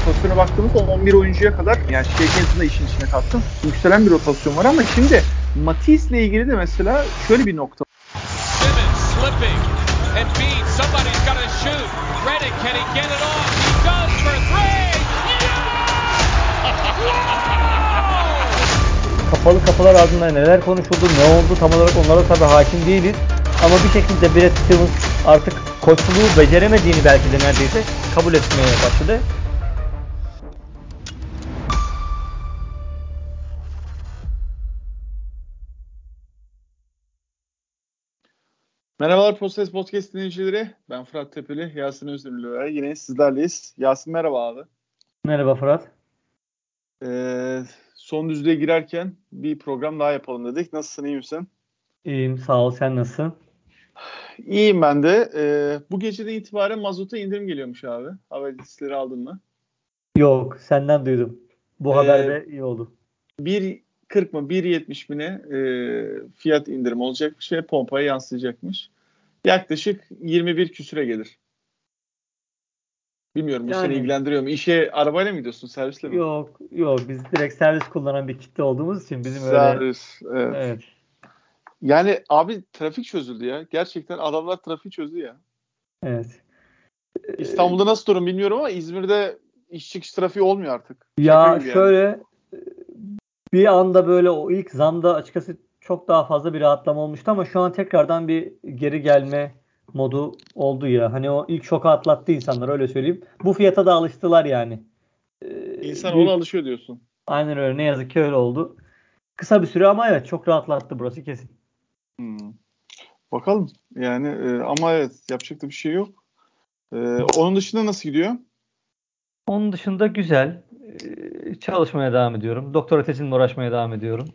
rotasyona baktığımızda 11 oyuncuya kadar yani Shackleton'ı da işin içine kattım. Yükselen bir rotasyon var ama şimdi Matis'le ilgili de mesela şöyle bir nokta. Simmons slipping. Embiid, somebody's got to shoot. Redick, can he get it off? He does for three. Kapalı kapılar ardında neler konuşuldu, ne oldu tam olarak onlara tabii hakim değiliz. Ama bir şekilde Brad Stevens artık koçluğu beceremediğini belki de neredeyse kabul etmeye başladı. Merhabalar Postes Podcast dinleyicileri. Ben Fırat Tepeli, Yasin Özdemirli. Yine sizlerleyiz. Yasin merhaba abi. Merhaba Fırat. Son düzlüğe girerken bir program daha yapalım dedik. Nasılsın, iyi misin? İyiyim, sağ ol. Sen nasılsın? İyiyim ben de. Bu geceden itibaren mazota indirim geliyormuş abi. Haber listeleri aldın mı? Yok, senden duydum. Bu haber de iyi oldu. 1.40 mı 1.70 mi ne fiyat indirim olacakmış ve pompaya yansıyacakmış. Yaklaşık 21 küsüre gelir. Bilmiyorum bu seni Yani ilgilendiriyor mu? İşe arabayla mı gidiyorsun, servisle mi? yok biz direkt servis kullanan bir kitle olduğumuz için bizim öyle Servis, evet. evet. Yani abi trafik çözüldü ya. Gerçekten adamlar trafiği çözdü ya. Evet. İstanbul'da nasıl durum bilmiyorum ama İzmir'de iş çıkış trafiği olmuyor artık. Şaka Ya gibi yani. şöyle bir anda böyle o ilk zamda açıkçası çok daha fazla bir rahatlama olmuştu ama şu an tekrardan bir geri gelme modu oldu ya. Hani o ilk şoku atlattı insanlar öyle söyleyeyim. Bu fiyata da alıştılar yani. İnsan ona Büyük alışıyor diyorsun. aynen öyle ne yazık ki öyle oldu. Kısa bir süre ama evet çok rahatlattı burası kesin. Hmm. Bakalım. Yani ama evet yapacak da bir şey yok. Onun dışında nasıl gidiyor? Onun dışında güzel. Çalışmaya devam ediyorum. Doktora tezimle uğraşmaya devam ediyorum.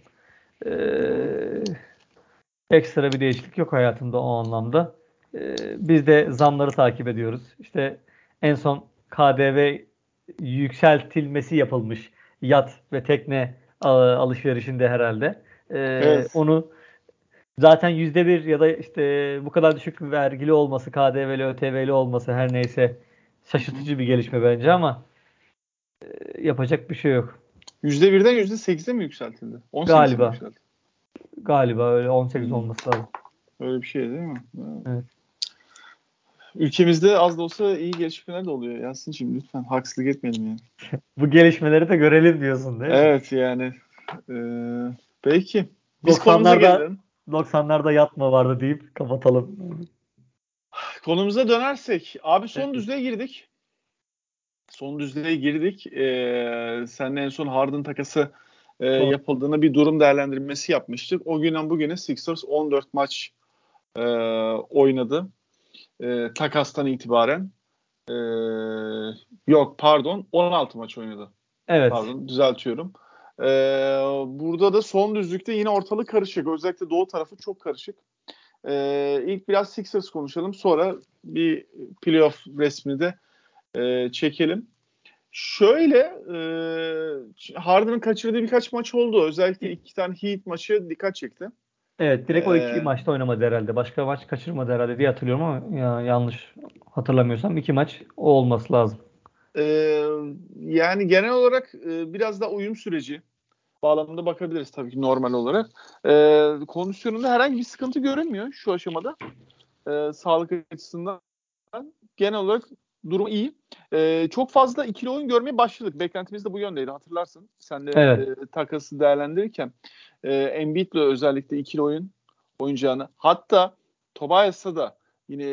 Ekstra bir değişiklik yok hayatımda o anlamda. Biz de zamları takip ediyoruz. İşte en son KDV yükseltilmesi yapılmış yat ve tekne alışverişinde herhalde. Evet. Onu zaten %1 ya da işte bu kadar düşük vergili olması, KDV'li, ÖTV'li olması her neyse Hı hı. şaşırtıcı bir gelişme bence ama yapacak bir şey yok. %1'den %8'e mi yükseltildi? 18'e mi Galiba. yükseldi? Galiba öyle 18 Hmm. olması lazım. Öyle bir şey değil mi? Evet. Ülkemizde az da olsa iyi gelişmeler de oluyor. Yasin'cim lütfen haksızlık etmeyelim yani. Bu gelişmeleri de görelim diyorsun değil mi? Evet yani. E, peki. Biz konumuza 90'larda gelelim. 90'larda yatma vardı deyip kapatalım. Konumuza dönersek. Abi son Evet. düzlüğe girdik. Son düzlüğe girdik. Seninle en son Harden takası Son, yapıldığında bir durum değerlendirmesi yapmıştık. O günden bugüne Sixers 14 maç oynadı. Takastan itibaren. Ee, yok pardon 16 maç oynadı. evet. Pardon düzeltiyorum. Ee, burada da son düzlükte yine ortalık karışık. Özellikle doğu tarafı çok karışık. İlk biraz Sixers konuşalım. Sonra bir playoff resmini de çekelim. Şöyle Harden'ın kaçırdığı birkaç maç oldu. Özellikle iki tane Heat maçı dikkat çekti. Evet, direkt o iki Ee, maçta oynamadı herhalde. Başka maç kaçırmadı herhalde diye hatırlıyorum ama yanlış hatırlamıyorsam iki maç o olması lazım. e, yani genel olarak biraz da uyum süreci bağlamında bakabiliriz tabii ki normal olarak. Kondisyonunda herhangi bir sıkıntı görünmüyor şu aşamada. Sağlık açısından. Genel olarak durum iyi. Çok fazla ikili oyun görmeye başladık. Beklentimiz de bu yöndeydi hatırlarsın. Sen de Evet. takası değerlendirirken Embiid'le özellikle ikili oyun oynayacağını. Hatta Tobias'a da yine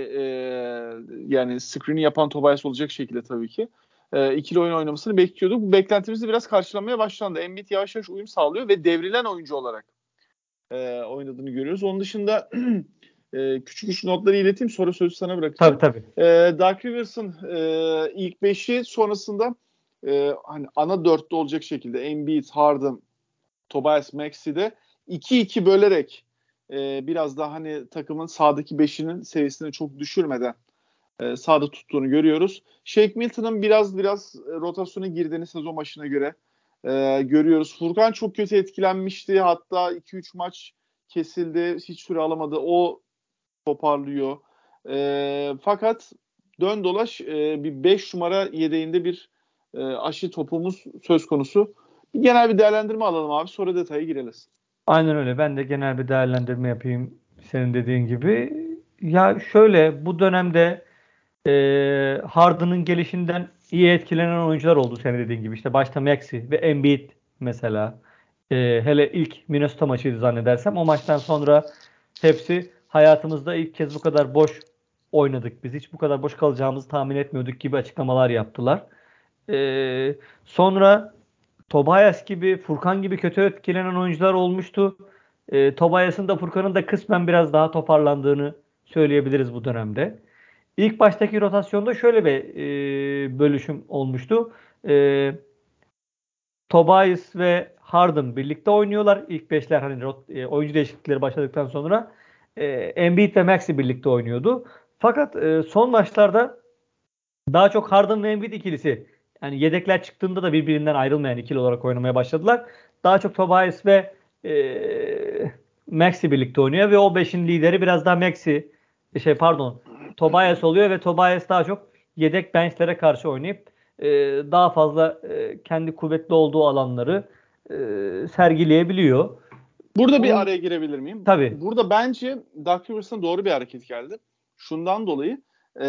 yani screen'i yapan Tobias olacak şekilde tabii ki ikili oyun oynamasını bekliyorduk. Bu beklentimiz de biraz karşılanmaya başlandı. Embiid yavaş yavaş uyum sağlıyor ve devrilen oyuncu olarak oynadığını görüyoruz. Onun dışında küçük küçük notları ileteyim. Sonra sözü sana Tabii bırakacağım. tabii. Dark Rivers'ın ilk beşi sonrasında hani ana dörtte olacak şekilde Embiid, Harden, Tobias Maxi'de 2-2 bölerek biraz daha hani takımın sağdaki beşinin seviyesini çok düşürmeden sağda tuttuğunu görüyoruz. Shake Milton'ın biraz rotasyona girdiğini sezon başına göre görüyoruz. Furkan çok kötü etkilenmişti. Hatta 2-3 maç kesildi. Hiç süre alamadı. O toparlıyor. Fakat dön dolaş bir 5 numara yedeğinde bir aşı topumuz söz konusu. Genel bir değerlendirme alalım abi. Sonra detaya gireriz. Aynen öyle. Ben de genel bir değerlendirme yapayım senin dediğin gibi. Ya şöyle bu dönemde Harden'ın gelişinden iyi etkilenen oyuncular oldu senin dediğin gibi. İşte başta Maxey ve Embiid mesela. Hele ilk Minnesota maçıydı zannedersem. O maçtan sonra hepsi hayatımızda ilk kez bu kadar boş oynadık biz. Hiç bu kadar boş kalacağımızı tahmin etmiyorduk gibi açıklamalar yaptılar. Sonra Tobias gibi, Furkan gibi kötü etkilenen oyuncular olmuştu. Tobias'ın da Furkan'ın da kısmen biraz daha toparlandığını söyleyebiliriz bu dönemde. İlk baştaki rotasyonda şöyle bir bölüşüm olmuştu. E, Tobias ve Harden birlikte oynuyorlar. İlk beşler hani oyuncu değişiklikleri başladıktan sonra Embiid ve Maxey birlikte oynuyordu. Fakat son maçlarda daha çok Harden ve Embiid ikilisi yani yedekler çıktığında da birbirinden ayrılmayan ikili olarak oynamaya başladılar. Daha çok Tobias ve Maxey birlikte oynuyor ve o beşin lideri biraz daha Tobias oluyor ve Tobias daha çok yedek benchlere karşı oynayıp daha fazla kendi kuvvetli olduğu alanları sergileyebiliyor. Burada bir Onun araya girebilir miyim? tabii Burada bence Doug Rivers'ın doğru bir hareket geldi. Şundan dolayı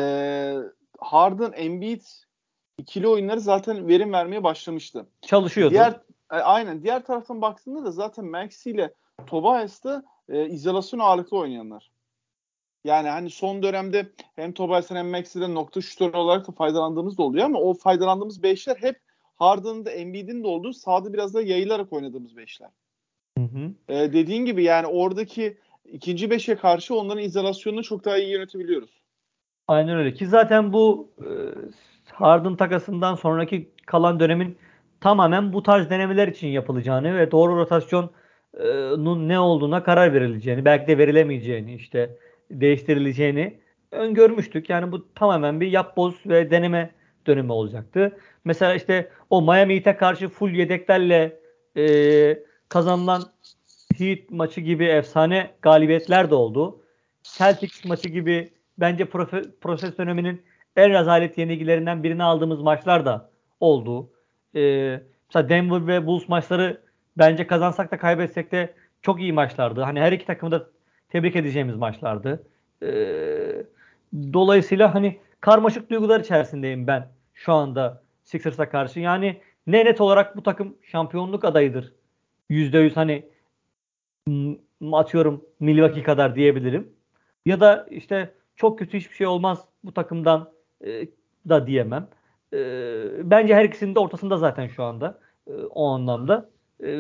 Harden, Embiid ikili oyunları zaten verim vermeye başlamıştı. çalışıyordu. Aynen. Diğer taraftan baktığında da zaten Maxey ile Tobias da izolasyon ağırlıklı oynayanlar. Yani hani son dönemde hem Tobias'ın hem Maxey'den nokta şutör olarak da faydalandığımız da oluyor ama o faydalandığımız beşler hep Harden'ın da Embiid'in de olduğu sahada biraz da yayılarak oynadığımız beşler. Hı hı. Dediğin gibi yani oradaki ikinci beşe karşı onların izolasyonunu çok daha iyi yönetebiliyoruz. Aynen öyle ki zaten bu Harden takasından sonraki kalan dönemin tamamen bu tarz denemeler için yapılacağını ve doğru rotasyonun ne olduğuna karar verileceğini, belki de verilemeyeceğini, işte değiştirileceğini öngörmüştük. Yani bu tamamen bir yap boz ve deneme dönemi olacaktı. Mesela işte o Miami Heat'e karşı full yedeklerle kazanılan Heat maçı gibi efsane galibiyetler de oldu. Celtics maçı gibi bence proses döneminin en rezalet yenilgilerinden birini aldığımız maçlar da oldu. Mesela Denver ve Bulls maçları bence kazansak da kaybetsek de çok iyi maçlardı. Hani her iki takımı da tebrik edeceğimiz maçlardı. Dolayısıyla hani karmaşık duygular içerisindeyim ben şu anda Sixers'a karşı. Yani ne net olarak bu takım şampiyonluk adayıdır. %100 hani atıyorum Milwaukee kadar diyebilirim. Ya da işte çok kötü hiçbir şey olmaz bu takımdan da diyemem. Bence her ikisinin de ortasında zaten şu anda o anlamda. E,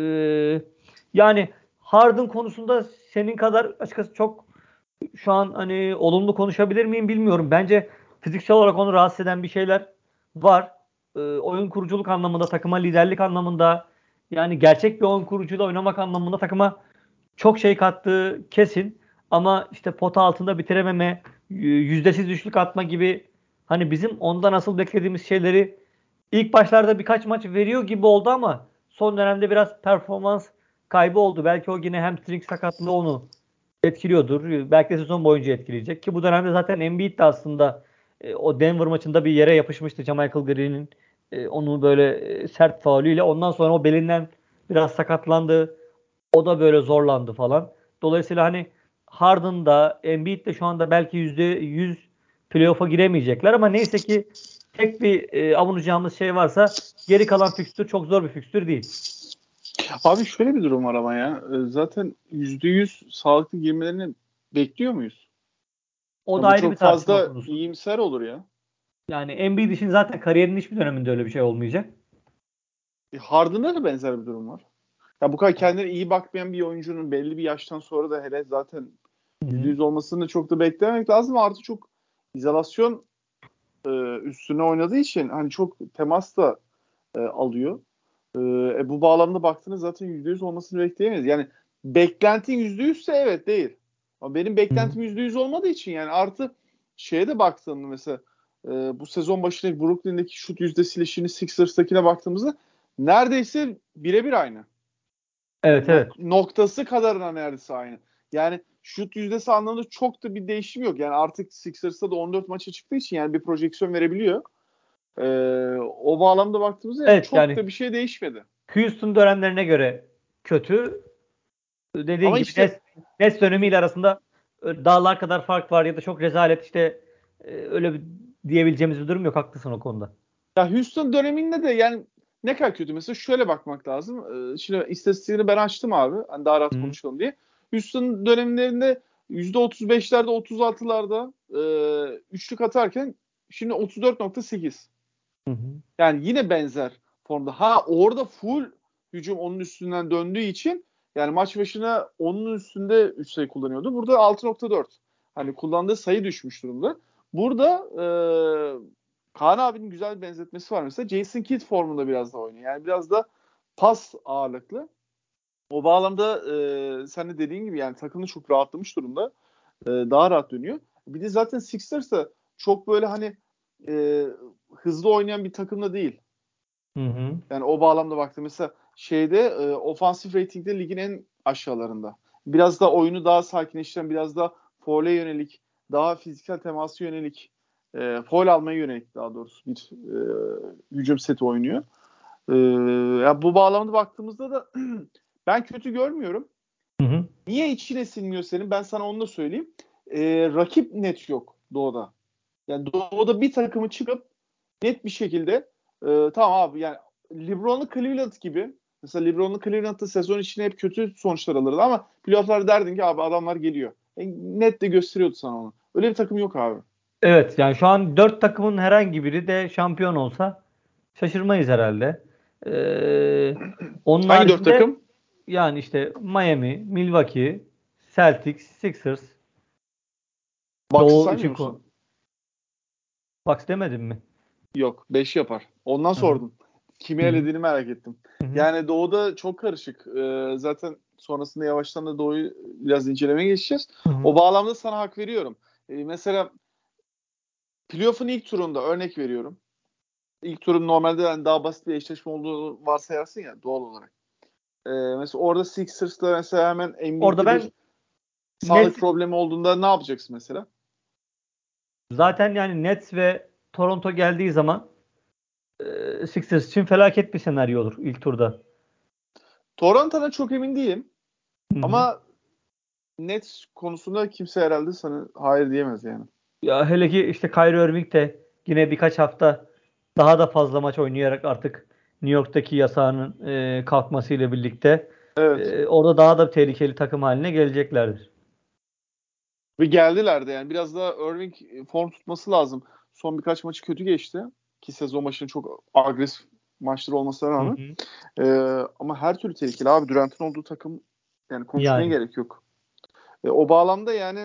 Yani Harden konusunda senin kadar açıkçası çok şu an hani olumlu konuşabilir miyim bilmiyorum. Bence fiziksel olarak onu rahatsız eden bir şeyler var. Oyun kuruculuk anlamında, takıma liderlik anlamında yani gerçek bir oyun kurucuyla oynamak anlamında takıma çok şey kattığı kesin ama işte pota altında bitirememe, yüzdesiz üçlük atma gibi hani bizim ondan asıl beklediğimiz şeyleri ilk başlarda birkaç maç veriyor gibi oldu ama son dönemde biraz performans kaybı oldu. Belki o yine hamstring sakatlığı onu etkiliyordur. Belki de sezon boyunca etkileyecek ki bu dönemde zaten Embiid de aslında o Denver maçında bir yere yapışmıştı Jamichael Green'in onu böyle sert faulüyle. Ondan sonra o belinden biraz sakatlandı. O da böyle zorlandı falan. Dolayısıyla hani Harden da Embiid de şu anda belki %100 playoff'a giremeyecekler ama neyse ki tek bir avunacağımız şey varsa geri kalan fikstür çok zor bir fikstür değil. Abi şöyle bir durum var ama ya. Zaten %100 sağlıklı girmelerini bekliyor muyuz? O Ya da bu ayrı bir çok tartışma fazla konusu. iyimser olur ya. Yani Embiid için zaten kariyerinin hiçbir döneminde öyle bir şey olmayacak. Harden'da da benzer bir durum var. Ya bu kadar kendine iyi bakmayan bir oyuncunun belli bir yaştan sonra da hele zaten Hı hı. %100 olmasını da çok da beklememek lazım. Artı çok izolasyon üstüne oynadığı için hani çok temas da alıyor. Bu bağlamda baktığınız zaten %100 olmasını bekleyemeyiz. Yani beklentin %100 ise evet değil. Ama benim Hı. beklentim %100 olmadığı için yani artı şeye de baktığımda mesela bu sezon başındaki Brooklyn'deki şut yüzdesiyle şimdi Sixers'takine baktığımızda neredeyse birebir aynı. Yani Evet, evet. noktası kadarına neredeyse aynı. Yani şut yüzdesi anlamında çok da bir değişim yok. Yani artık Sixers'ta da 14 maça çıktığı için yani bir projeksiyon verebiliyor. O bağlamda baktığımızda Evet, çok yani da bir şey değişmedi. Houston dönemlerine göre kötü. Dediğin Ama gibi işte Nets dönemiyle arasında dağlar kadar fark var ya da çok rezalet işte öyle diyebileceğimiz bir durum yok. Haklısın o konuda. ya Houston döneminde de yani ne kadar kötü mesela şöyle bakmak lazım. Şimdi istatistiğini ben açtım abi. Hani daha rahat Hı. konuşalım diye. Houston dönemlerinde %35'lerde 36'larda üçlük atarken şimdi 34.8. Hı hı. Yani yine benzer formda. Ha orada full hücum onun üstünden döndüğü için yani maç başına onun üstünde 3 sayı kullanıyordu. Burada 6.4. Hani kullandığı sayı düşmüş durumda. Burada Kaan abinin güzel bir benzetmesi var mesela. Jason Kidd formunda biraz da oynuyor. Yani biraz da pas ağırlıklı. O bağlamda sen de dediğin gibi yani takımı çok rahatlamış durumda. Daha rahat dönüyor. Bir de zaten Sixers da çok böyle hani e, hızlı oynayan bir takım da değil. Hı hı. Yani o bağlamda baktım. Mesela şeyde ofansif ratingde ligin en aşağılarında. Biraz da oyunu daha sakinleştiren, biraz da faule yönelik, daha fiziksel teması yönelik, faul almaya yönelik daha doğrusu bir hücum seti oynuyor. Ya bu bağlamda baktığımızda da ben kötü görmüyorum. Hı hı. Niye içine sinmiyor senin? Ben sana onu da söyleyeyim. Rakip net yok Doğu'da. Yani Doğu'da bir takımı çıkıp net bir şekilde tamam abi yani LeBron'lu Cleveland gibi mesela LeBron'lu Cleveland'da sezon içinde hep kötü sonuçlar alırdı ama playoff'larda derdin ki abi adamlar geliyor. Net de gösteriyordu sana onu. Öyle bir takım yok abi. Evet, yani şu an 4 takımın herhangi biri de şampiyon olsa şaşırmayız herhalde. Onun Hangi dört haricinde takım? yani işte Miami, Milwaukee, Celtics, Sixers, Bucks'ı Doğu saymıyor için musun? Bucks demedim mi? Yok. 5 yapar. Ondan Hı hı. sordum. Kimi Hı hı. elediğini merak ettim. Hı hı. Yani Doğu'da çok karışık. Zaten sonrasında yavaştan da Doğu'yu biraz incelemeye geçeceğiz. Hı hı. O bağlamda sana hak veriyorum. Mesela playoff'un ilk turunda örnek veriyorum. İlk turun normalde yani daha basit bir eşleşme olduğunu varsayarsın ya doğal olarak. Mesela orada Sixers'la mesela hemen Orada Embiid'de bir ben sağlık Nets problemi olduğunda ne yapacaksın mesela? zaten yani Nets ve Toronto geldiği zaman Sixers için felaket bir senaryo olur ilk turda. Toronto'dan çok emin değilim. Hı hı. Ama Nets konusunda kimse herhalde sana hayır diyemez yani. Ya hele ki işte Kyrie Irving de yine birkaç hafta daha da fazla maç oynayarak artık New York'taki yasağının kalkmasıyla birlikte Evet. orada daha da tehlikeli takım haline geleceklerdir. Ve geldiler de yani. Biraz daha Irving form tutması lazım. Son birkaç maçı kötü geçti. Ki sezon başında çok agresif maçları olmasına Hı rağmen. hı. Ama her türlü tehlikeli abi. Durant'ın olduğu takım yani konuşmaya Yani. gerek yok. O bağlamda yani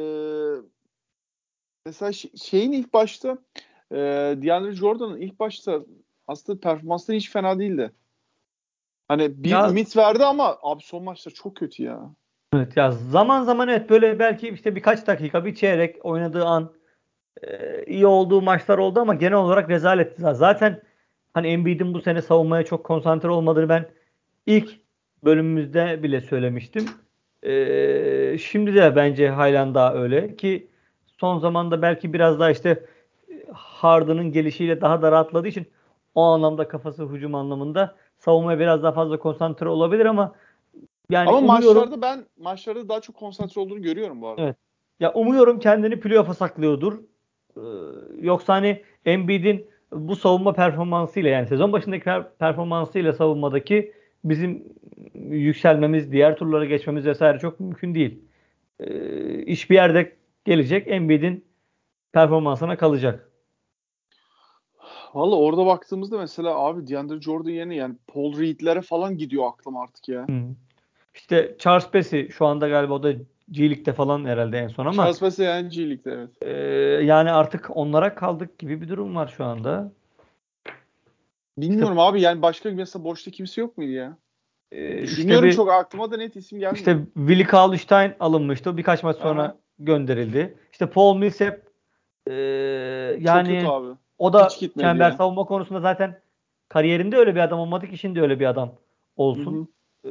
mesela şeyin ilk başta DeAndre Jordan'ın ilk başta aslında performansları hiç fena değildi. Hani bir Ya ümit verdi ama abi son maçta çok kötü ya. evet, ya zaman zaman evet böyle belki işte birkaç dakika bir çeyrek oynadığı an iyi olduğu maçlar oldu ama genel olarak rezalet. Zaten hani Embiid'in bu sene savunmaya çok konsantre olmadığını ben ilk bölümümüzde bile söylemiştim. Şimdi de bence halen daha öyle ki son zamanda belki biraz daha işte Harden'ın gelişiyle daha da rahatladığı için o anlamda kafası hücum anlamında savunmaya biraz daha fazla konsantre olabilir ama yani Ama umuyorum. maçlarda daha çok konsantre olduğunu görüyorum bu arada. Evet. Ya umuyorum kendini playoff'a saklıyordur. Ee, Yoksa hani Embiid'in bu savunma performansıyla yani sezon başındaki performansıyla savunmadaki bizim yükselmemiz, diğer turlara geçmemiz vesaire çok mümkün değil. İş bir yerde gelecek, Embiid'in performansına kalacak. Valla orada baktığımızda mesela abi DeAndre Jordan yerine yani Paul Reed'lere falan gidiyor aklım artık ya. Hı. İşte Charles Bassey şu anda galiba o da G League'de falan herhalde en son ama Charles Bassey yani G League'de evet. e, yani artık onlara kaldık gibi bir durum var şu anda. İşte Bilmiyorum abi yani başka mesela boşta kimse yok muydu ya? işte Düşünüyorum bir çok aklıma da net isim gelmiyor. İşte Willi Cauley-Stein alınmıştı. Birkaç maç sonra Aha. gönderildi. İşte Paul Millsap e, Çok kötü yani abi. o Hiç da gitmedi çember ya. savunma konusunda zaten kariyerinde öyle bir adam olmadı ki şimdi öyle bir adam Hı olsun. hı.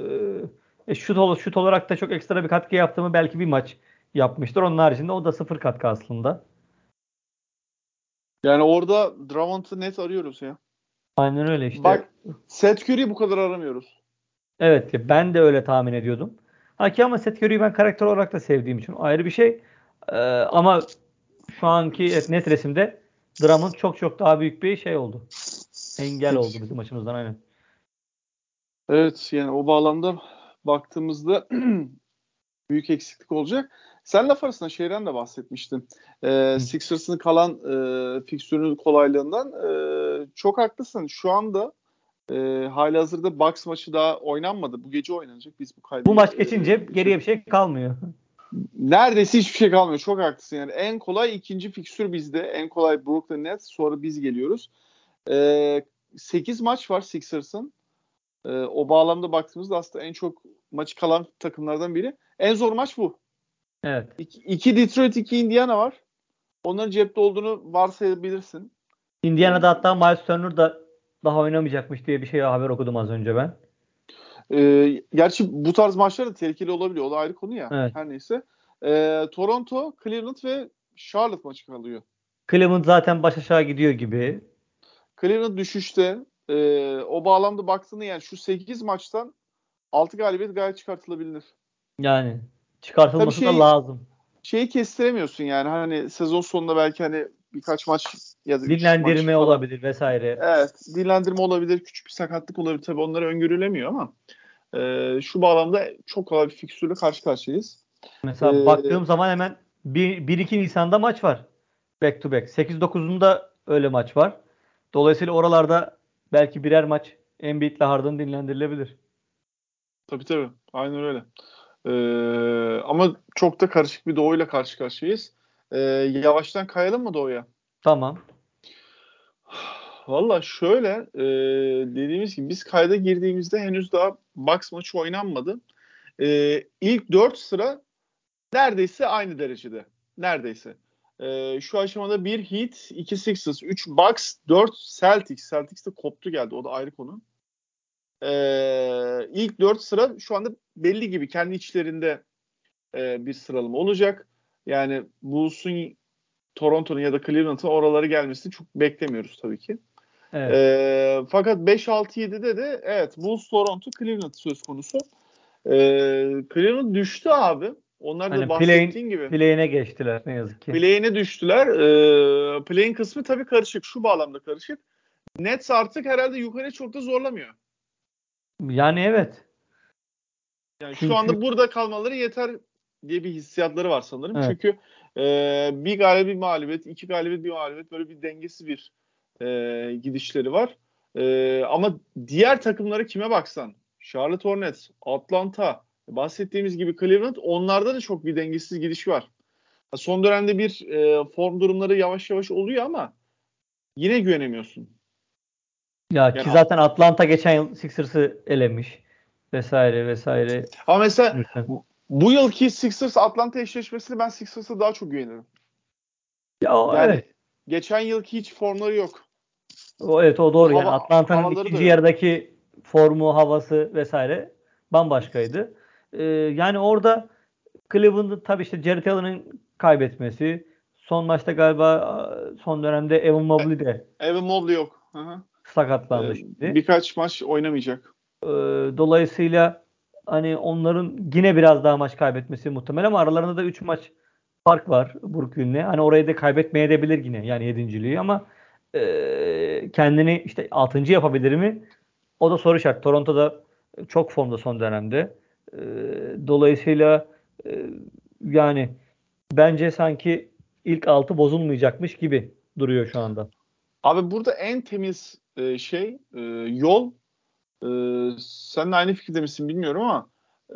Şut olarak da çok ekstra bir katkı yaptı mı belki bir maç yapmıştır. Onun haricinde o da sıfır katkı aslında. Yani orada Drummond'u net arıyoruz ya. Aynen öyle işte. Bak Seth Curry'i bu kadar aramıyoruz. Evet ya, ben de öyle tahmin ediyordum. Ama Seth Curry'i ben karakter olarak da sevdiğim için ayrı bir şey. Ama şu anki net resimde Drummond çok çok daha büyük bir şey oldu. Engel oldu bizim açımızdan, aynen. Evet yani o bağlamda baktığımızda büyük eksiklik olacak. Sen laf arasında şeyden de bahsetmiştin. Sixers'ın kalan fikstürünün kolaylığından. Çok haklısın. Şu anda halihazırda Bucks maçı daha oynanmadı. Bu gece oynanacak. Biz bu kaydı Bu maç geçince geçirdik. geriye bir şey kalmıyor. Neredeyse hiçbir şey kalmıyor. Çok haklısın. Yani en kolay ikinci fikstür bizde. En kolay Brooklyn Nets. Sonra biz geliyoruz. 8 maç var Sixers'ın. O bağlamda baktığımızda aslında en çok maçı kalan takımlardan biri. En zor maç bu. Evet. İki Detroit, iki Indiana var. Onların cepte olduğunu varsayabilirsin. Indiana'da hatta Miles Turner da daha oynamayacakmış diye bir haber okudum az önce ben. Gerçi bu tarz maçlar da tehlikeli olabiliyor. O da ayrı konu ya. Evet. Her neyse. Toronto, Cleveland ve Charlotte maçı kalıyor. Cleveland zaten baş aşağı gidiyor gibi. Cleveland düşüşte. O bağlamda baktığında yani şu 8 maçtan 6 galibiyet gayet çıkartılabilir. Yani Tabii çıkartılması da lazım. şeyi kestiremiyorsun yani. Hani sezon sonunda belki hani birkaç maç ya da 3 maç Dinlendirme falan. olabilir vesaire. Evet. Dinlendirme olabilir. Küçük bir sakatlık olabilir. Tabii onları öngörülemiyor ama şu bağlamda çok kolay bir fikstürle karşı karşıyayız. Mesela baktığım zaman hemen 1-2 Nisan'da maç var. Back to back. 8-9'unda öyle maç var. Dolayısıyla oralarda belki birer maç Embiid'le Harden dinlendirilebilir. Tabii. Aynen öyle. Ama çok da karışık bir doğuyla karşı karşıyayız. Yavaştan kayalım mı doğuya? Tamam. Valla şöyle dediğimiz gibi biz kayda girdiğimizde henüz daha Bucks maçı oynanmadı. İlk 4 sıra neredeyse aynı derecede. Neredeyse. Şu aşamada 1 Heat, 2 Sixers, 3 Bucks, 4 Celtics. Celtics de koptu geldi. O da ayrı konu. İlk 4 sıra şu anda belli gibi kendi içlerinde bir sıralama olacak. Yani Bulls'un, Toronto'nun ya da Cleveland'ın oraları gelmesini çok beklemiyoruz tabii ki. Evet. Fakat 5-6-7'de de evet Bulls, Toronto, Cleveland söz konusu. Cleveland düştü abi. Onlar da Hani bahsettiğin gibi. play'ine geçtiler ne yazık ki. Play'ine düştüler. Play'in kısmı tabii karışık. Şu bağlamda karışık. Nets artık herhalde yukarı çok da zorlamıyor. Yani evet. Yani şu Çünkü anda burada kalmaları yeter diye bir hissiyatları var sanırım. evet. Çünkü bir galibiyet, bir mağlubiyet, iki galibiyet, bir mağlubiyet böyle bir dengesiz bir gidişleri var. Ama diğer takımlara kime baksan, Charlotte Hornets, Atlanta, bahsettiğimiz gibi Cleveland, onlarda da çok bir dengesiz gidiş var. Son dönemde bir form durumları yavaş yavaş oluyor ama yine güvenemiyorsun. Ya Yani ki zaten Atlanta geçen yıl Sixers'ı elemiş vesaire vesaire. ama mesela Lütfen. bu yılki Sixers Atlanta eşleşmesini ben Sixers'a daha çok güvenirim. Evet. Yani geçen yılki hiç formları yok. Evet, o doğru. Yani Atlanta'nın Havaları da ikinci yok. yarıdaki formu, havası vesaire bambaşkaydı. Yani orada Cleveland'ın tabii işte Jared Allen'ın kaybetmesi, son maçta galiba son dönemde Evan Mobley de Evan Mobley yok. Hı-hı. sakatlandı şimdi. Birkaç maç oynamayacak. Dolayısıyla hani onların yine biraz daha maç kaybetmesi muhtemel ama aralarında da 3 maç fark var Brooklyn'le. Hani orayı da kaybetmeye edebilir yine yani yedinciliği ama kendini işte 6. yapabilir mi? O da soru işareti. Toronto'da çok formda son dönemde. E, Dolayısıyla e, yani bence sanki ilk 6 bozulmayacakmış gibi duruyor şu anda. Abi burada en temiz yol sen de aynı fikirde misin bilmiyorum ama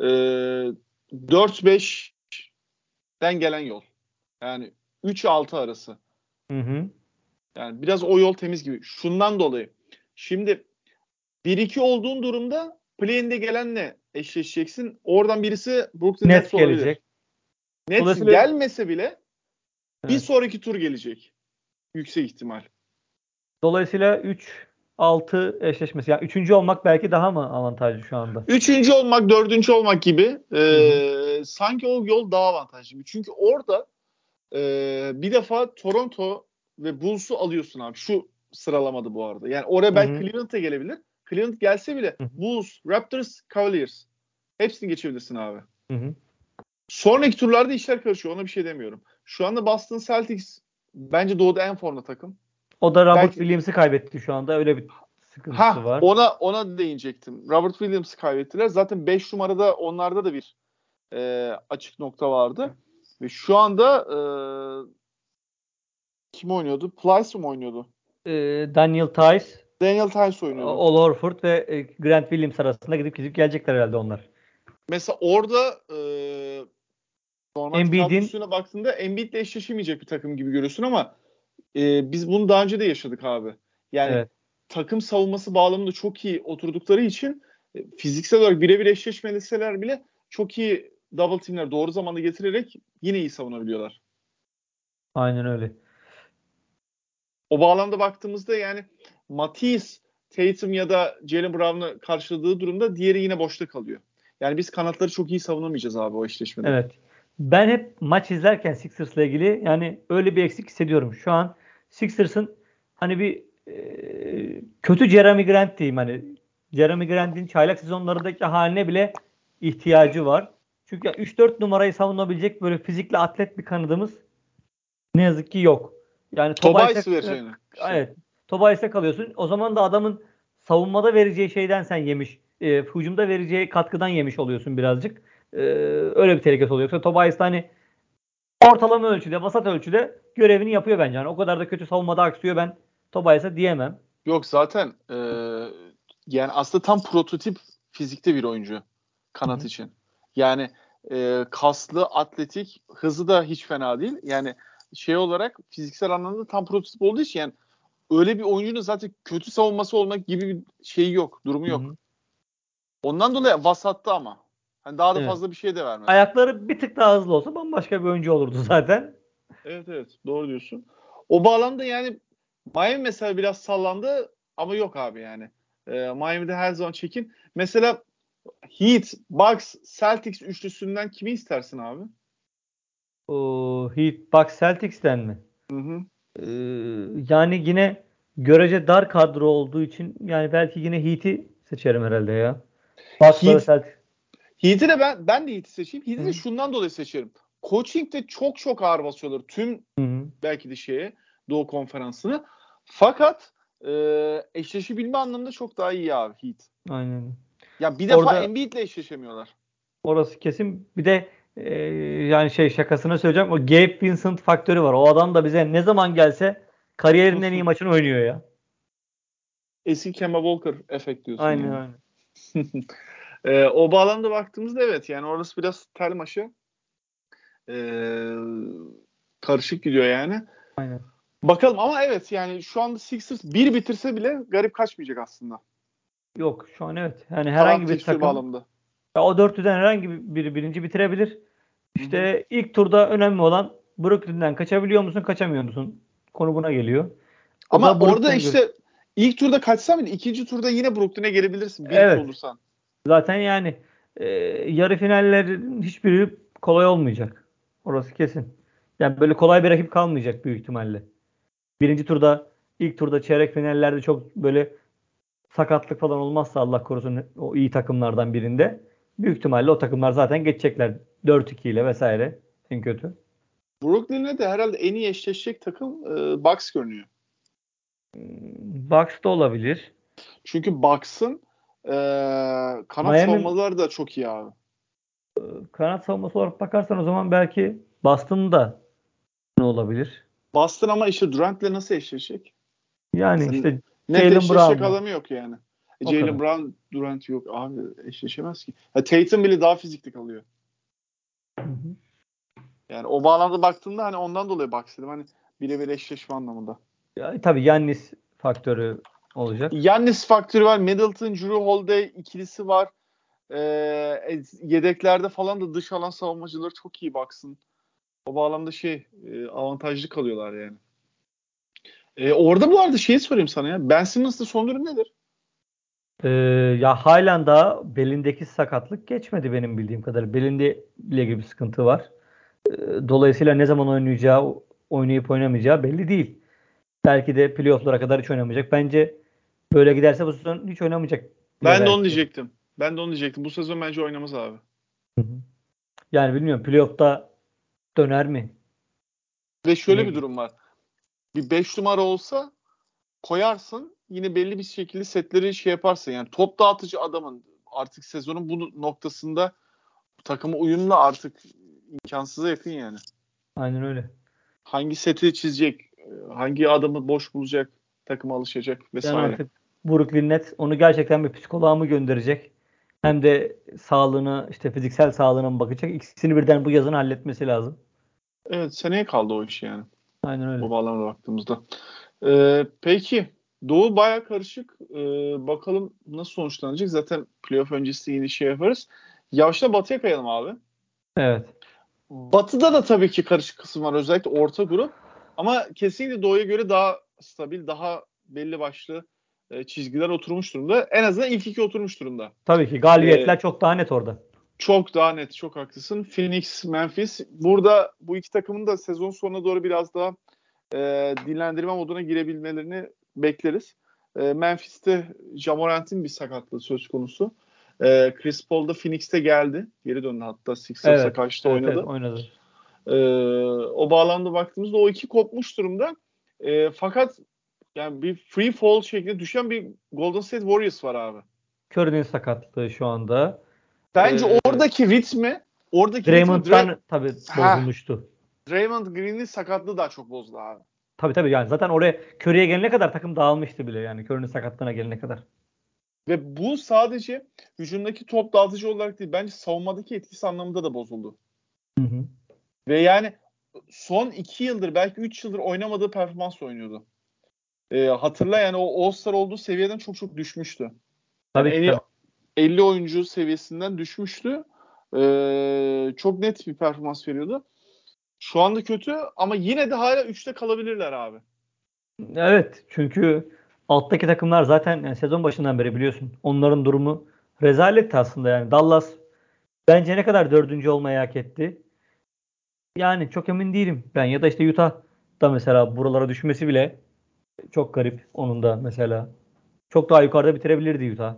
4-5'den gelen yol. Yani 3-6 arası. Hı hı. Yani biraz o yol temiz gibi. Şundan dolayı. Şimdi 1-2 olduğun durumda play-in'de gelenle eşleşeceksin. Oradan birisi Brooklyn Nets Nets olabilir. gelecek. Nets Dolayısıyla gelmese bile bir evet. sonraki tur gelecek. Yüksek ihtimal. Dolayısıyla 3-6 eşleşmesi. Yani 3. olmak belki daha mı avantajlı şu anda? Üçüncü olmak, dördüncü olmak gibi Hı hı. sanki o yol daha avantajlı. Çünkü orada bir defa Toronto ve Bulls'u alıyorsun abi. Şu sıralamada bu arada. Yani oraya belki Cleveland'a gelebilir. Cleveland gelse bile Bulls, Raptors, Cavaliers hepsini geçebilirsin abi. Hı. Sonraki turlarda işler karışıyor. Ona bir şey demiyorum. Şu anda Boston Celtics bence doğuda en formda takım. O da Robert Belki... Williams'ı kaybetti şu anda. Öyle bir sıkıntısı var. Ona değinecektim. Robert Williams'ı kaybettiler. Zaten 5 numarada onlarda da bir açık nokta vardı. Ve şu anda kim oynuyordu? Plyce mı oynuyordu? Daniel Tice oynuyordu. Al Horford ve Grant Williams arasında gidip gelecekler herhalde onlar. Mesela orada normal kadrosuna baktığında Embiid'le eşleşemeyecek bir takım gibi görüyorsun ama biz bunu daha önce de yaşadık abi. Yani takım savunması bağlamında çok iyi oturdukları için fiziksel olarak birebir eşleşmeliseler bile çok iyi double teamler doğru zamanda getirerek yine iyi savunabiliyorlar. Aynen öyle. O bağlamda baktığımızda yani Matisse, Tatum ya da Jaylen Brown'u karşıladığı durumda diğeri yine boşta kalıyor. Yani biz kanatları çok iyi savunamayacağız abi o eşleşmede. Evet. Ben hep maç izlerken Sixers'la ilgili yani öyle bir eksik hissediyorum. Şu an Sixers'ın hani bir kötü Jeremy Grant diyeyim hani Jeremy Grant'in çaylak sezonlarındaki haline bile ihtiyacı var. Çünkü 3-4 numarayı savunabilecek böyle fizikli atlet bir kanadımız ne yazık ki yok. Yani Tobias vereceğini. Evet. Tobias'e kalıyorsun. O zaman da adamın savunmada vereceği şeyden sen yemiş. Hücumda vereceği katkıdan yemiş oluyorsun birazcık. Öyle bir tehlikesi oluyor. Yoksa Tobias da hani ortalama ölçüde, vasat ölçüde görevini yapıyor bence. Yani o kadar da kötü savunmada aksıyor ben Tobias'a diyemem. Yok zaten yani aslında tam prototip fizikte bir oyuncu kanat için. Yani kaslı, atletik, hızı da hiç fena değil. Yani şey olarak fiziksel anlamda tam prototip olduğu için yani öyle bir oyuncunun zaten kötü savunması olmak gibi bir şeyi yok, durumu yok. Hı-hı. Ondan dolayı vasattı ama. Hani daha da Evet. fazla bir şey de vermez. Ayakları bir tık daha hızlı olsa bambaşka bir oyuncu olurdu zaten. Evet doğru diyorsun. O bağlamda yani Miami mesela biraz sallandı ama yok abi yani. Miami'de her zaman çekin. Mesela Heat, Bucks, Celtics üçlüsünden kimi istersin abi? Heat, Bucks, Celtics'ten mi? Hı. Yani yine görece dar kadro olduğu için yani belki yine Heat'i seçerim herhalde ya. Bucks'la ve Heat, Celtics. Heat'i de ben de Heat'i seçeyim. Heat'i de Hı şundan dolayı seçerim. Coaching'de çok ağır basıyorlar. Tüm hı. belki de Doğu Konferansı'nı. Fakat eşleşebilme anlamında çok daha iyi abi Heat. Aynen. Ya bir defa Orada Embiid'le eşleşemiyorlar. orası kesin. Bir de yani şakasına söyleyeceğim. O Gabe Vincent faktörü var. O adam da bize ne zaman gelse kariyerinin en iyi maçını oynuyor ya. Eski Kemba Walker efekt diyorsun Aynen yani. aynen. O bağlamda baktığımızda evet yani orası biraz tel maşı. Karışık gidiyor yani. Aynen. Bakalım ama evet yani şu anda Sixers bir bitirse bile garip kaçmayacak aslında. Yok şu an evet. Yani Kalan herhangi bir fikstür takım bağlamında. o dörtlüden herhangi bir birinci bitirebilir. Hı. İşte ilk turda önemli olan Brooklyn'den kaçabiliyor musun, kaçamıyor musun? Konu buna geliyor. O Ama da orada Brooklyn'e göre. işte ilk turda kaçsan bile ikinci turda yine Brooklyn'e gelebilirsin. 1-2 Evet. olursan. Zaten yani yarı finallerin hiçbiri kolay olmayacak. Orası kesin. Yani böyle kolay bir rakip kalmayacak büyük ihtimalle. Birinci turda, ilk turda çeyrek finallerde çok böyle sakatlık falan olmazsa Allah korusun o iyi takımlardan birinde büyük ihtimalle o takımlar zaten geçecekler 4-2 ile vesaire en kötü. Brooklyn'e de herhalde en iyi eşleşecek takım Bucks görünüyor. Bucks da olabilir. Çünkü Bucks'ın kanat Miami savunmaları da çok iyi abi. kanat savunması olarak bakarsan o zaman belki Boston'da ne olabilir? Boston ama işte Durant'le nasıl eşleşecek? Yani Mesela işte net Jaylen eşleşecek Brown'la adamı yok yani. o Jaylen kadar. Brown, Durant yok. Abi eşleşemez ki. Tatum bile daha fizikli kalıyor. Hı hı. Yani o bağlamda baktığımda hani ondan dolayı Bucks dedim. Hani birebir eşleşme anlamında. Ya, tabii Giannis faktörü olacak. Giannis faktörü var. Middleton, Jrue Holiday ikilisi var. Yedeklerde falan da dış alan savunmacıları çok iyi baksın. O bağlamda avantajlı kalıyorlar yani. Orada bu arada şeyi sorayım sana ya. Ben Simmons'ın son durum nedir? Ee, Ya halen daha belindeki sakatlık geçmedi benim bildiğim kadar. Belinde ile ilgili bir sıkıntı var. Dolayısıyla ne zaman oynayacağı, oynayıp oynamayacağı belli değil. Belki de playoff'lara kadar hiç oynamayacak. Bence böyle giderse bu sezon hiç oynamayacak. Ben de onu diyecektim. Bu sezon bence oynamaz abi. Hı hı. Yani bilmiyorum, playoff'ta döner mi? Ve şöyle bir Ne? durum var. Bir 5 numara olsa koyarsın, yine belli bir şekilde setleri şey yaparsın. Yani top dağıtıcı adamın artık sezonun bu noktasında takıma uyumlu artık imkansıza yakın yani. Aynen öyle. Hangi seti çizecek, hangi adamı boş bulacak, takıma alışacak Yani vesaire. artık Brooklyn Nets onu gerçekten bir psikoloğa mı gönderecek? Hem de sağlığını, işte fiziksel sağlığına mı bakacak? İkisini birden bu yazın halletmesi lazım. Evet, seneye kaldı o iş yani. Aynen öyle. O bağlamda baktığımızda. Peki. Doğu baya karışık. Bakalım nasıl sonuçlanacak. Zaten playoff öncesi yine şey yaparız. Yavaştan Batı'ya kayalım abi. Evet. Batı'da da tabii ki karışık kısım var. Özellikle orta grup. Ama kesinlikle Doğu'ya göre daha stabil, daha belli başlı çizgiler oturmuş durumda. En azından ilk iki oturmuş durumda. Tabii ki E, galibiyetler çok daha net orada. Çok daha net, çok haklısın. Phoenix, Memphis. Burada bu iki takımın da sezon sonuna doğru biraz daha dinlendirme moduna girebilmelerini bekleriz. Memphis'te Ja Morant'in bir sakatlığı söz konusu. Chris Paul da Phoenix'te geldi. Geri döndü hatta. Sixers'a Evet. karşı da Evet, evet oynadı. oynadı. O bağlamda baktığımızda o iki kopmuş durumda. Fakat yani bir free fall şeklinde düşen bir Golden State Warriors var abi. Curry'nin sakatlığı şu anda. Bence Ee, oradaki ritmi Draymond'dan tabii bozulmuştu. Draymond Green'in sakatlığı daha çok bozdu abi. Tabii yani zaten oraya Curry'e gelene kadar takım dağılmıştı bile, yani Curry'nin sakatlığına gelene kadar. Ve bu sadece hücumdaki top dağıtıcı olarak değil, bence savunmadaki etkisi anlamında da bozuldu. Hı hı. Ve yani son 2 yıldır, belki 3 yıldır oynamadığı performans oynuyordu. Hatırla yani o All-Star olduğu seviyeden çok çok düşmüştü. Yani Tabii ki, tabii. 50 oyuncu seviyesinden düşmüştü. Çok net bir performans veriyordu. Şu anda kötü ama yine de hala 3'te kalabilirler abi. Evet, çünkü alttaki takımlar zaten yani sezon başından beri biliyorsun, onların durumu rezaletti aslında yani. Dallas bence ne kadar dördüncü olmayı hak etti. Yani çok emin değilim ben, ya da işte Utah da mesela buralara düşmesi bile çok garip onun da mesela. Çok daha yukarıda bitirebilirdi Utah.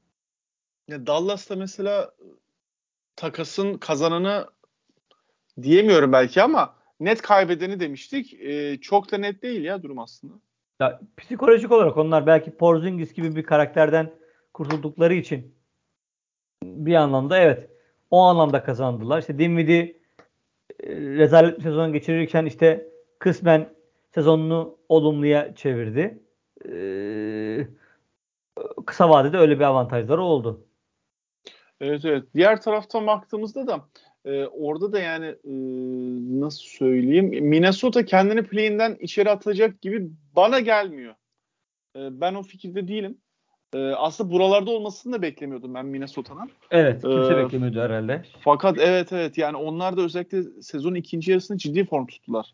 Ya Dallas'ta mesela takasın kazananı diyemiyorum belki ama net kaybedeni demiştik. Çok da net değil ya durum aslında. Ya, psikolojik olarak onlar belki Porzingis gibi bir karakterden kurtuldukları için bir anlamda evet, o anlamda kazandılar. İşte Dinwiddie rezalet bir sezon geçirirken işte kısmen sezonunu olumluya çevirdi. Ee, Kısa vadede öyle bir avantajları oldu. Evet. Diğer taraftan baktığımızda da orada da yani nasıl söyleyeyim, Minnesota kendini play-in'den içeri atacak gibi bana gelmiyor. Ben o fikirde değilim. Aslında buralarda olmasını da beklemiyordum ben Minnesota'nın. Evet, kimse E, beklemiyordu herhalde. Fakat evet yani onlar da özellikle sezonun ikinci yarısında ciddi form tuttular.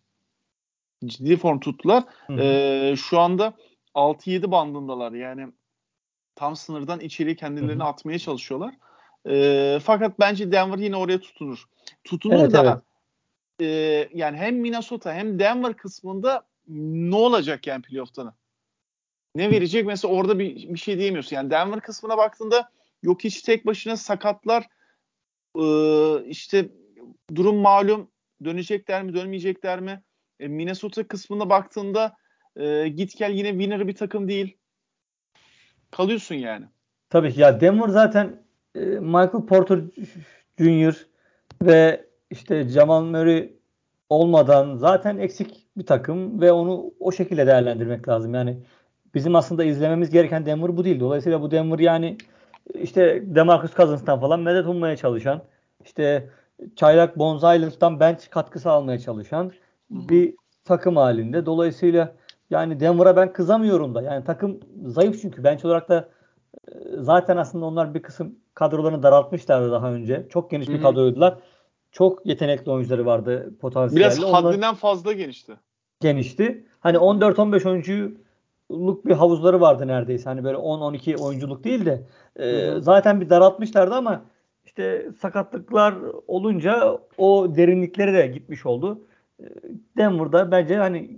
Hı hı. Şu anda 6-7 bandındalar. Yani tam sınırdan içeri Hı kendilerini hı. atmaya çalışıyorlar. Fakat bence Denver yine oraya tutunur. Tutunur Evet, evet. da e, yani hem Minnesota hem Denver kısmında ne olacak yani playoff'ta? Ne verecek? Mesela orada bir şey diyemiyorsun. Yani Denver kısmına baktığında yok hiç tek başına sakatlar, işte durum malum, dönecekler mi dönmeyecekler mi? Minnesota kısmına baktığında git gel yine winner bir takım değil. Kalıyorsun yani. Tabii ki ya, Denver zaten Michael Porter Jr. ve işte Jamal Murray olmadan zaten eksik bir takım ve onu o şekilde değerlendirmek lazım. Yani bizim aslında izlememiz gereken Denver bu değil. Dolayısıyla bu Denver yani işte DeMarcus Cousins'tan falan medet ummaya çalışan, işte çaylak Bones Island'dan bench katkısı almaya çalışan Hı hı. bir takım halinde. Dolayısıyla yani Denver'a ben kızamıyorum da. Yani takım zayıf çünkü bench olarak da zaten aslında onlar bir kısım kadrolarını daraltmışlardı daha önce. Çok Hı geniş bir hı. kadroydular. Çok yetenekli oyuncuları vardı Biraz potansiyelli. Onlar haddinden fazla genişti. genişti. Hı Hani hı. 14-15 oyunculuk bir havuzları vardı neredeyse. Hani böyle 10-12 oyunculuk değil de Hı hı. zaten bir daraltmışlardı ama işte sakatlıklar olunca o derinlikleri de gitmiş oldu. E, Denver'da bence hani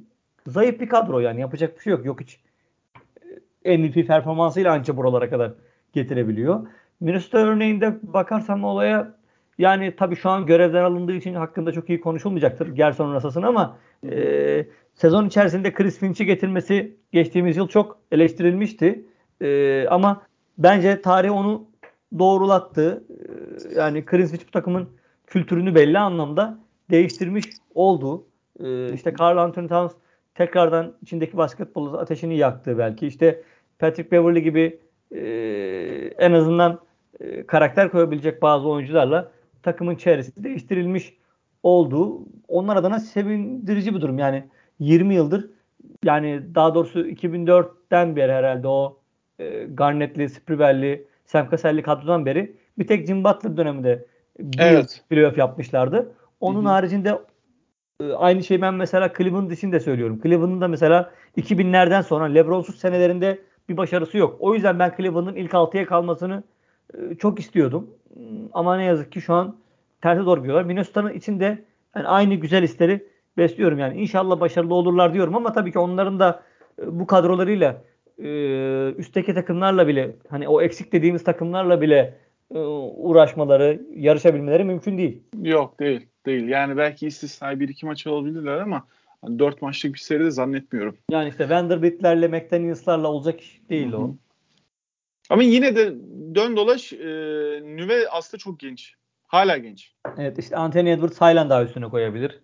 zayıf bir kadro yani. Yapacak bir şey yok. Yok hiç MVP performansıyla anca buralara kadar getirebiliyor. Minnesota örneğinde bakarsam olaya yani tabii şu an görevden alındığı için hakkında çok iyi konuşulmayacaktır Gerson Russell'ın ama sezon içerisinde Chris Finch'i getirmesi geçtiğimiz yıl çok eleştirilmişti. Ama bence tarih onu doğrulattı. Yani Chris Finch bu takımın kültürünü belli anlamda değiştirmiş oldu. İşte Karl Anthony Towns tekrardan içindeki basketbol ateşini yaktı belki. İşte Patrick Beverley gibi en azından karakter koyabilecek bazı oyuncularla takımın çevresi değiştirilmiş oldu. Onlar adına sevindirici bir durum. Yani 20 yıldır yani daha doğrusu 2004'ten beri herhalde o Garnett'li, Sprewell'li, Sam Cassell'li kadrodan beri bir tek Jim Butler döneminde bir yıl Evet. playoff yapmışlardı. Onun haricinde aynı şeyi ben mesela Cleveland için de söylüyorum. Cleveland'ın da mesela 2000'lerden sonra LeBron'suz senelerinde bir başarısı yok. O yüzden ben Cleveland'ın ilk 6'ya kalmasını çok istiyordum. Ama ne yazık ki şu an terse doğru gidiyorlar. Minnesota'nın içinde yani aynı güzel hisleri besliyorum. Yani inşallah başarılı olurlar diyorum ama tabii ki onların da bu kadrolarıyla üstteki takımlarla bile hani o eksik dediğimiz takımlarla bile uğraşmaları, yarışabilmeleri mümkün değil. Yok değil. Değil. Yani belki istisnai 1-2 maç alabilirler ama 4 maçlık bir seri de zannetmiyorum. Yani işte Vanderbilt'lerle, McDaniels'larla olacak iş Hı değil hı. o. Ama yine de dön dolaş Nüve aslında çok genç. Hala genç. Evet işte Anthony Edwards halen daha üstüne koyabilir.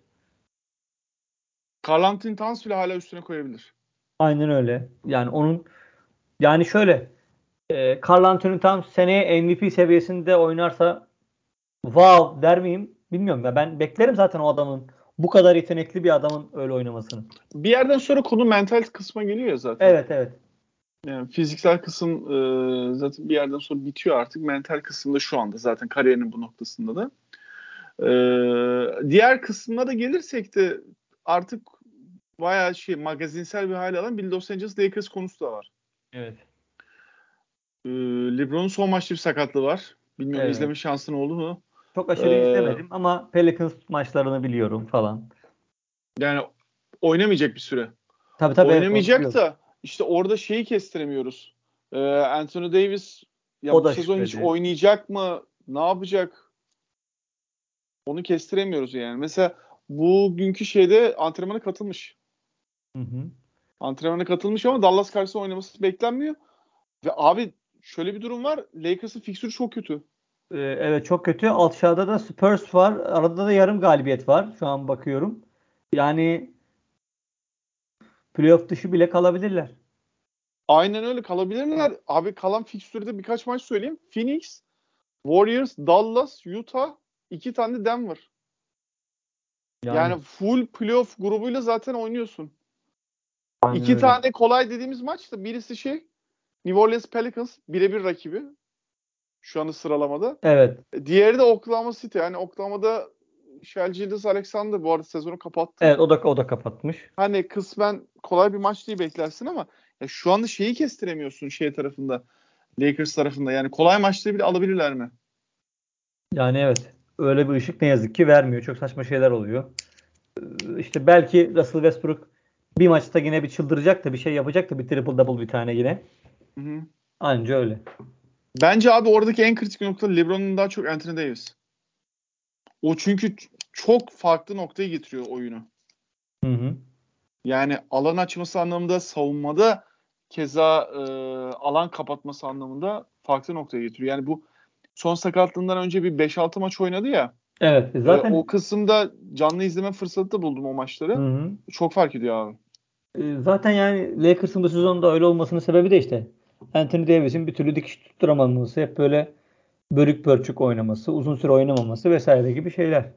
Karl Anthony Towns bile hala üstüne koyabilir. Aynen öyle. Yani onun yani şöyle Karl Anthony Towns seneye MVP seviyesinde oynarsa wow der miyim? Bilmiyorum ya. Ben beklerim zaten o adamın bu kadar yetenekli bir adamın öyle oynamasını. Bir yerden sonra konu mental kısma geliyor ya zaten. Evet evet. Yani fiziksel kısım zaten bir yerden sonra bitiyor artık. Mental kısımda şu anda zaten kariyerinin bu noktasında da. Diğer kısmına da gelirsek de artık bayağı magazinsel bir hale alan bir Los Angeles Lakers konusu da var. Evet. LeBron'un son maçta bir sakatlığı var. Bilmiyorum Evet. izleme şansın oldu mu? Çok aşırı Ee, izlemedim ama Pelicans maçlarını biliyorum falan. Yani oynamayacak bir süre. Tabii tabii evet onu Oynamayacak biliyorum. da işte orada şeyi kestiremiyoruz. Anthony Davis ya O bu da sezon hiç şüpheli. oynayacak mı? Ne yapacak? Onu kestiremiyoruz yani. Mesela bugünkü şeyde antrenmana katılmış. Hı hı. Antrenmana katılmış ama Dallas karşısında oynaması beklenmiyor. Ve abi şöyle bir durum var. Lakers'ın fiksürü çok kötü. Evet çok kötü. Aşağıda da Spurs var. Arada da yarım galibiyet var. Şu an bakıyorum. Yani playoff dışı bile kalabilirler. Aynen öyle kalabilirler. Abi kalan fikstürde birkaç maç söyleyeyim. Phoenix, Warriors, Dallas, Utah, 2 tane de Denver. Yani Yani full playoff grubuyla zaten oynuyorsun. aynen 2 öyle. tane kolay dediğimiz maç da birisi New Orleans Pelicans birebir rakibi. Şu anda sıralamada. Evet. Diğeri de Oklahoma City. Yani Oklahoma'da Shai Gilgeous-Alexander bu arada sezonu kapattı. Evet o da kapatmış. Hani kısmen kolay bir maç diye beklersin ama ya şu anda şeyi kestiremiyorsun tarafında. Lakers tarafında. Yani kolay maçları bile alabilirler mi? Yani evet. Öyle bir ışık ne yazık ki vermiyor. Çok saçma şeyler oluyor. İşte belki Russell Westbrook bir maçta yine bir çıldıracak da bir şey yapacak da bir triple double bir tane yine. Hı hı. Anca öyle. Bence abi oradaki en kritik nokta LeBron'un daha çok Anthony Davis. O çünkü çok farklı noktaya getiriyor oyunu. Hı hı. Yani alan açması anlamında, savunmada keza alan kapatması anlamında farklı noktaya getiriyor. Yani bu son sakatlığından önce bir 5-6 maç oynadı ya. Evet. O Zaten kısımda canlı izleme fırsatı da buldum o maçları. hı hı. Çok fark ediyor abi. Zaten yani Lakers'ın bu sezonda öyle olmasının sebebi de işte Anthony Davis'in bir türlü dikiş tutturamaması, hep böyle bölük pörçük oynaması, uzun süre oynamaması vesaire gibi şeyler.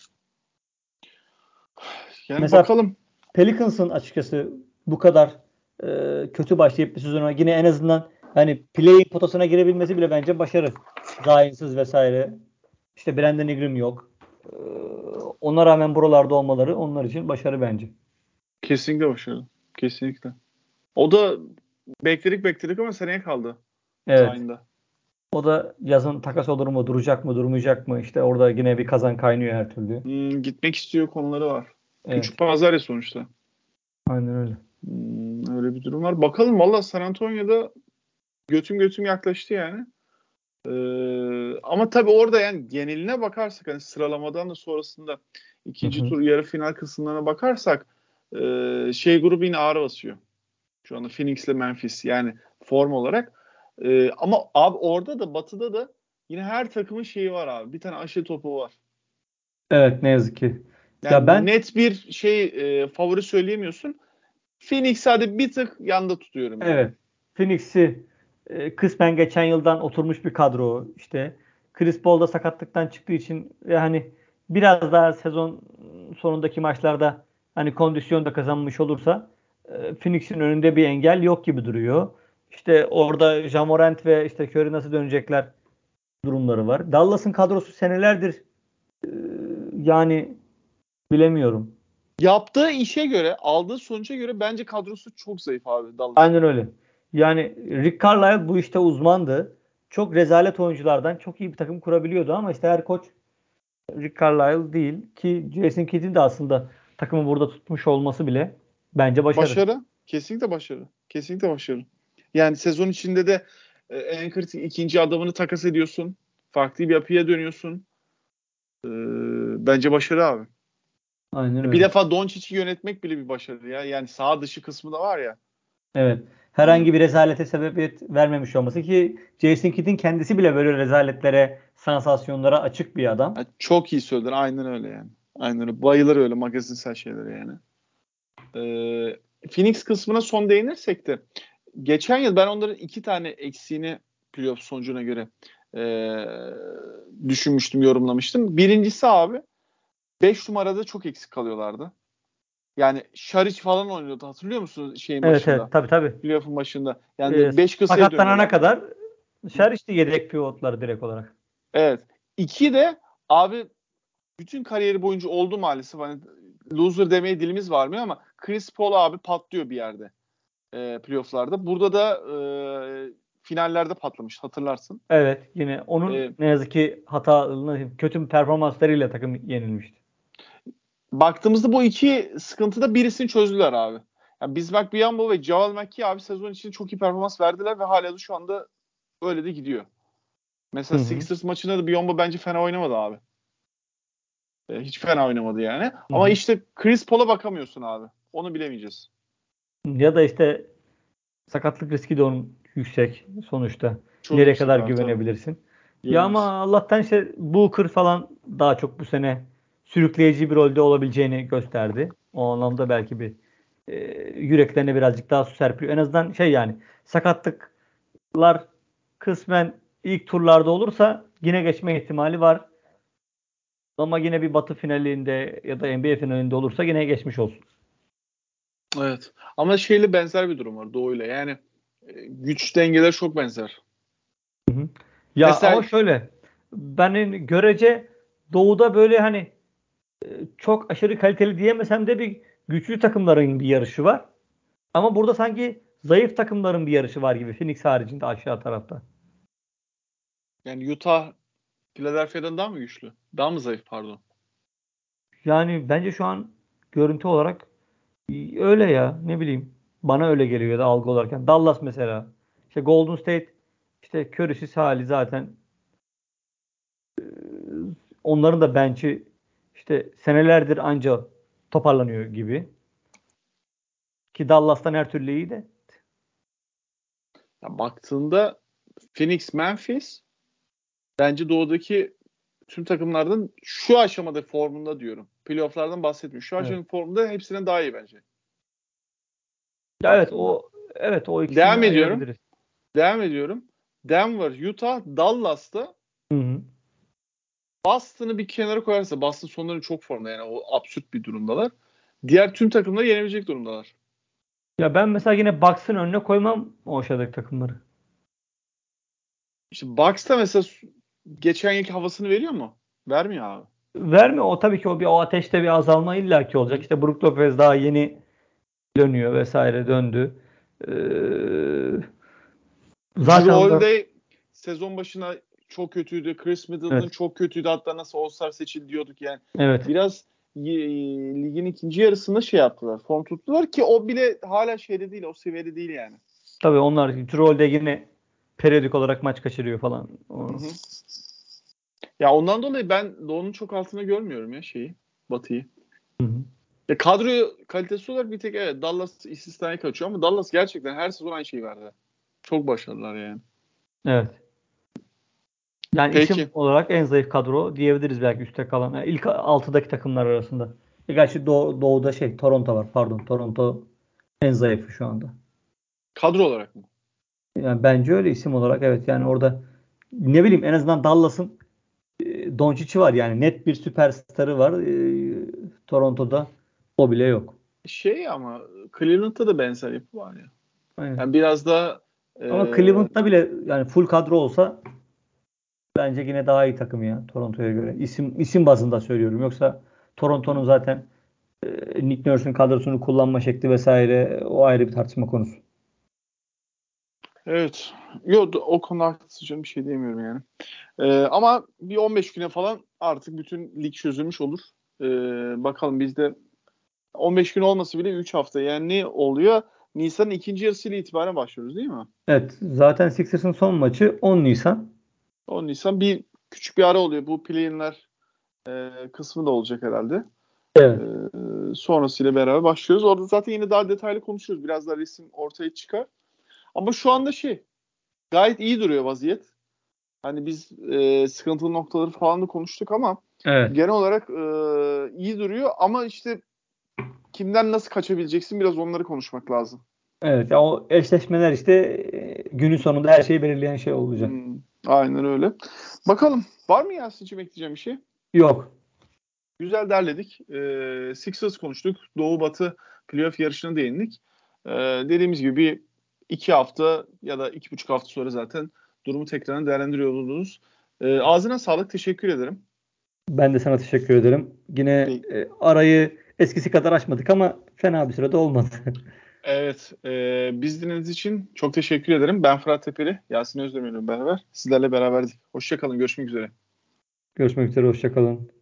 Yani Mesela bakalım. Pelicans'ın açıkçası bu kadar kötü başlayıp bir sezona yine en azından hani play-in potasına girebilmesi bile bence başarı. Zion'sız vesaire. İşte Brandon Ingram yok. E, Ona rağmen buralarda olmaları onlar için başarı bence. Kesinlikle başarılı. Kesinlikle. O da bekledik ama seneye kaldı Evet. Zayn'da. O da yazın takas olur mu, duracak mı, durmayacak mı? İşte orada yine bir kazan kaynıyor her türlü. Gitmek istiyor konuları var. Küçük Evet. pazar ya sonuçta. Aynen öyle. Öyle bir durum var. Bakalım valla San Antonio'da götüm yaklaştı yani. Ama tabii orada yani geneline bakarsak hani sıralamadan da sonrasında ikinci tur yarı final kısımlarına bakarsak grubu yine ağır basıyor. Şu anda Phoenix ile Memphis yani form olarak. Ama abi orada da Batı'da da yine her takımın şeyi var abi. Bir tane aşı topu var. Evet, ne yazık ki. Ya Yani ben net bir favori söyleyemiyorsun. Phoenix'i hadi bir tık yanda tutuyorum yani. evet, Phoenix'i kısmen geçen yıldan oturmuş bir kadro. İşte Chris Paul da sakatlıktan çıktığı için ve hani biraz daha sezon sonundaki maçlarda hani kondisyon da kazanmış olursa Phoenix'in önünde bir engel yok gibi duruyor. İşte orada Ja Morant ve işte Curry nasıl dönecekler durumları var. Dallas'ın kadrosu senelerdir e, yani bilemiyorum. Yaptığı işe göre, aldığı sonuca göre bence kadrosu çok zayıf abi Dallas'ın. Aynen öyle. Yani Rick Carlisle bu işte uzmandı. Çok rezalet oyunculardan çok iyi bir takım kurabiliyordu ama işte her koç Rick Carlisle değil ki Jason Kidd'in de aslında takımı burada tutmuş olması bile bence başarı. Başarı. Kesinlikle başarı. Kesinlikle başarı. Yani sezon içinde de en kritik ikinci adamını takas ediyorsun. Farklı bir yapıya dönüyorsun. Bence başarı abi. Aynen Bir öyle. defa Doncic'i yönetmek bile bir başarı ya. Yani sağ dışı kısmı da var ya. Evet. Hani Herhangi bir rezalete sebebiyet vermemiş olması ki Jason Kidd'in kendisi bile böyle rezaletlere, sansasyonlara açık bir adam. çok iyi söyledin. Aynen öyle yani. Aynen öyle. Bayılır öyle magazinsel şeylere yani. Phoenix kısmına son değinirsek de geçen yıl ben onların 2 tane eksiğini playoff sonucuna göre düşünmüştüm, yorumlamıştım. Birincisi abi 5 numarada çok eksik kalıyorlardı. Yani Şariç falan oynuyordu. Hatırlıyor musunuz şeyin Evet, başında? evet, tabii tabii. Playoff'un başında. Yani 5 kısaya Sakatlanana dönüyorlardı. kadar işte yedek pivotları direkt olarak. Evet. İki de abi bütün kariyeri boyunca oldu maalesef. Hani loser demeye dilimiz varmıyor ama Chris Paul abi patlıyor bir yerde. Playoff'larda. Burada da finallerde patlamış hatırlarsın. Evet, yine onun E, ne yazık ki hatalı, kötü performanslarıyla takım yenilmişti. Baktığımızda bu iki sıkıntıda birisini çözdüler abi. Yani Bismack Biyombo ve Javal McKee abi sezon için çok iyi performans verdiler ve hala da şu anda öyle de gidiyor. Hı Mesela hı. Sixers maçında da Biyombo bence fena oynamadı abi. Hiç fena oynamadı yani. Hı Ama hı. işte Chris Paul'a bakamıyorsun abi. Onu bilemeyeceğiz. Ya da işte sakatlık riski de onun yüksek sonuçta. Çok Nereye yüksek kadar abi tabii. güvenebilirsin? Ya ama Güvenemez. Allah'tan işte Booker falan daha çok bu sene sürükleyici bir rolde olabileceğini gösterdi. O anlamda belki bir e, yüreklerine birazcık daha su serpiliyor. En azından yani sakatlıklar kısmen ilk turlarda olursa yine geçme ihtimali var. Ama yine bir Batı finalinde ya da NBA finalinde olursa yine geçmiş olsun. Evet. Ama şeyle benzer bir durum var Doğu'yla. Yani güç dengeleri çok benzer. Hı hı. Ya ama Mesela şöyle ben görece Doğu'da böyle hani çok aşırı kaliteli diyemesem de bir güçlü takımların bir yarışı var. Ama burada sanki zayıf takımların bir yarışı var gibi Phoenix haricinde aşağı tarafta. yani Utah Philadelphia'dan daha mı güçlü? Daha mı zayıf pardon. Yani bence şu an görüntü olarak öyle ya, ne bileyim. Bana öyle geliyor ya da algı olarak. Yani Dallas mesela. İşte Golden State işte Curry'siz hali zaten onların da bench'i işte senelerdir anca toparlanıyor gibi. Ki Dallas'tan her türlü iyi de. Ya baktığında Phoenix, Memphis bence doğudaki tüm takımlardan şu aşamada formunda diyorum. Playoff'lardan bahsetmiyorum. Şu Evet. aşamada formunda hepsinden daha iyi bence. Ya evet, Baktığında. o ikisini Devam ediyorum. ayırabiliriz. Devam ediyorum. Denver, Utah, Dallas'ta Hı hı. Boston'ı bir kenara koyarsa Boston sonları çok formda yani o absürt bir durumdalar. Diğer tüm takımları yenebilecek durumdalar. Ya ben mesela yine Bucks'ın önüne koymam o aşağıdaki takımları. İşte Bucks da mesela geçen yılki havasını veriyor mu? Vermiyor abi. Verme, o tabii ki o ateşte bir azalma illaki olacak. Hı. İşte Brook Lopez daha yeni dönüyor vesaire döndü. Ee, Drew zaten onda Holiday sezon başına çok kötüydü. Chris Middleton evet, çok kötüydü. Hatta nasıl All-Star seçildi diyorduk yani. evet. Biraz ligin ikinci yarısında şey yaptılar. Form tuttular ki o bile hala şeyde değil. O seviyede değil yani. Tabii onlar Troll'de yine periyodik olarak maç kaçırıyor falan. Hı hı. Ya ondan dolayı ben Doğu'nun çok altına görmüyorum ya Batı'yı. Hı hı. Ya kadro kalitesi olarak bir tek evet Dallas istisnai kaçıyor ama Dallas gerçekten her sezon aynı şeyi verdi. Çok başarılılar yani. Evet. Yani isim Peki. olarak en zayıf kadro diyebiliriz belki üstte kalan. Yani ilk 6'daki takımlar arasında. Gerçi Doğu'da Toronto var. Pardon. Toronto en zayıfı şu anda. Kadro olarak mı? Yani bence öyle isim olarak evet. Yani orada ne bileyim en azından Dallas'ın Doncic'i var yani net bir süperstarı var. Toronto'da o bile yok. Ama Cleveland'da da benzer yapı var ya. Aynen. Yani biraz da Ama Cleveland'da bile yani full kadro olsa bence yine daha iyi takım ya Toronto'ya göre. İsim bazında söylüyorum. Yoksa Toronto'nun zaten Nick Nurse'un kadrosunu kullanma şekli vesaire o ayrı bir tartışma konusu. evet. Yok o konu haklısın canım bir şey diyemiyorum yani. Ama bir 15 güne falan artık bütün lig çözülmüş olur. Bakalım bizde 15 gün olması bile 3 hafta. Yani ne oluyor? Nisan'ın ikinci yarısıyla itibaren başlıyoruz değil mi? Evet. Zaten Sixers'ın son maçı 10 Nisan. 10 Nisan bir küçük bir ara oluyor. Bu play-in'ler kısmı da olacak herhalde. Evet. Sonrasıyla beraber başlıyoruz. Orada zaten yine daha detaylı konuşuruz. Biraz daha resim ortaya çıkar. Ama şu anda gayet iyi duruyor vaziyet. Hani biz sıkıntılı noktaları falan da konuştuk ama Evet. genel olarak iyi duruyor. Ama işte kimden nasıl kaçabileceksin biraz onları konuşmak lazım. Evet. Ya o eşleşmeler işte günün sonunda her şeyi belirleyen şey olacak. Aynen öyle. Bakalım. Var mı Yasin'cim ekleyeceğim bir şey? Yok. Güzel derledik. Sixers konuştuk. Doğu Batı playoff yarışına değindik. Dediğimiz gibi bir 2 hafta ya da 2,5 hafta sonra zaten durumu tekrardan değerlendiriyor oluruz. Ağzına sağlık. Teşekkür ederim. Ben de sana teşekkür ederim. Yine Be- arayı eskisi kadar açmadık ama fena bir sürede olmadı. Evet. Biz dinlediğiniz için çok teşekkür ederim. Ben Fırat Tepeli, Yasin Özdemir'le beraber sizlerle beraberdik. Hoşça kalın. Görüşmek üzere. Görüşmek üzere. Hoşça kalın.